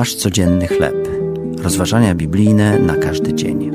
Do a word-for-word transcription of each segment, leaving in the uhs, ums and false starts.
Nasz codzienny chleb. Rozważania biblijne na każdy dzień.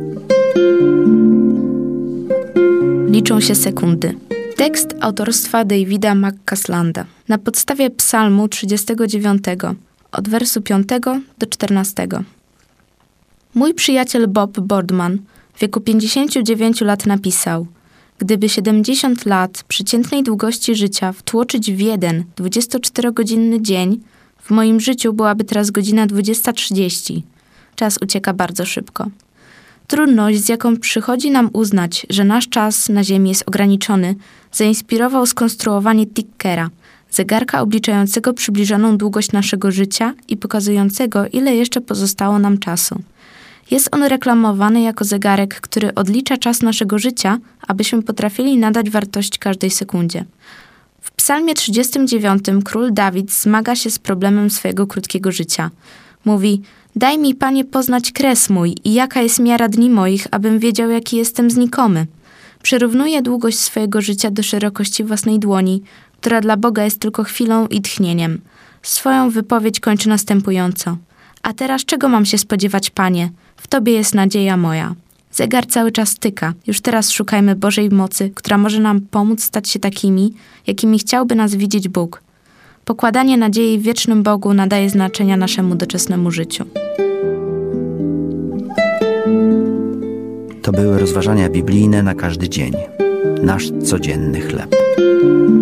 Liczą się sekundy. Tekst autorstwa Davida McCaslanda. Na podstawie Psalmu trzydziestego dziewiątego, od wersu piątego do czternastego. Mój przyjaciel Bob Boardman w wieku pięćdziesięciu dziewięciu lat napisał: gdyby siedemdziesiąt lat przeciętnej długości życia wtłoczyć w jeden dwudziestoczterogodzinny dzień, w moim życiu byłaby teraz godzina dwudziesta trzydzieści. Czas ucieka bardzo szybko. Trudność, z jaką przychodzi nam uznać, że nasz czas na Ziemi jest ograniczony, zainspirował skonstruowanie tickera, zegarka obliczającego przybliżoną długość naszego życia i pokazującego, ile jeszcze pozostało nam czasu. Jest on reklamowany jako zegarek, który odlicza czas naszego życia, abyśmy potrafili nadać wartość każdej sekundzie. W Psalmie trzydziestym dziewiątym król Dawid zmaga się z problemem swojego krótkiego życia. Mówi: daj mi, Panie, poznać kres mój i jaka jest miara dni moich, abym wiedział, jaki jestem znikomy. Przyrównuje długość swojego życia do szerokości własnej dłoni, która dla Boga jest tylko chwilą i tchnieniem. Swoją wypowiedź kończy następująco: a teraz czego mam się spodziewać, Panie? W Tobie jest nadzieja moja. Zegar cały czas tyka. Już teraz szukajmy Bożej mocy, która może nam pomóc stać się takimi, jakimi chciałby nas widzieć Bóg. Pokładanie nadziei w wiecznym Bogu nadaje znaczenia naszemu doczesnemu życiu. To były rozważania biblijne na każdy dzień. Nasz codzienny chleb.